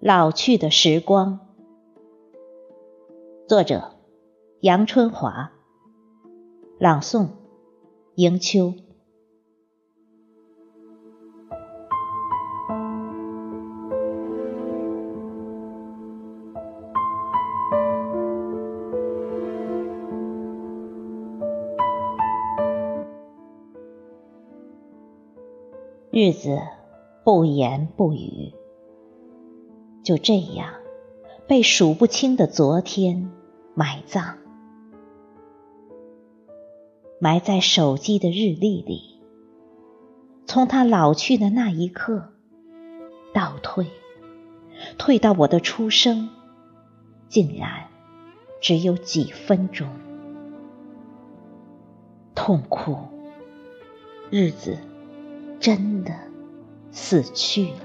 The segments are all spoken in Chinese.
老去的时光。作者：杨春华，朗诵：迎秋。日子不言不语，就这样被数不清的昨天埋葬，埋在手机的日历里，从它老去的那一刻倒退到我的出生，竟然只有几分钟。痛苦，日子真的死去了。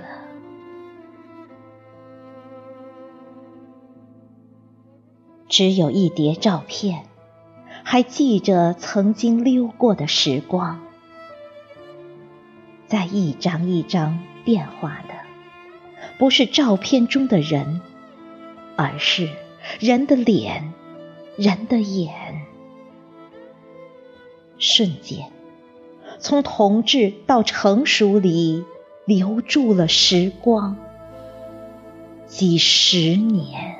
只有一叠照片，还记着曾经溜过的时光，在一张一张变化的，不是照片中的人，而是人的脸，人的眼。瞬间，从童稚到成熟里留住了时光，几十年。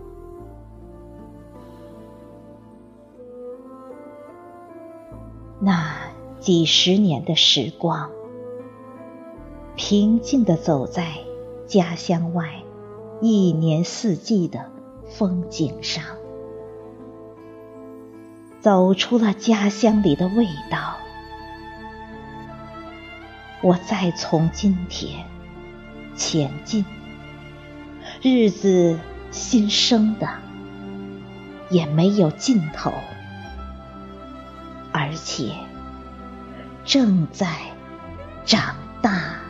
那几十年的时光，平静地走在家乡外一年四季的风景上，走出了家乡里的味道。我再从今天前进，日子新生的也没有尽头，而且正在长大。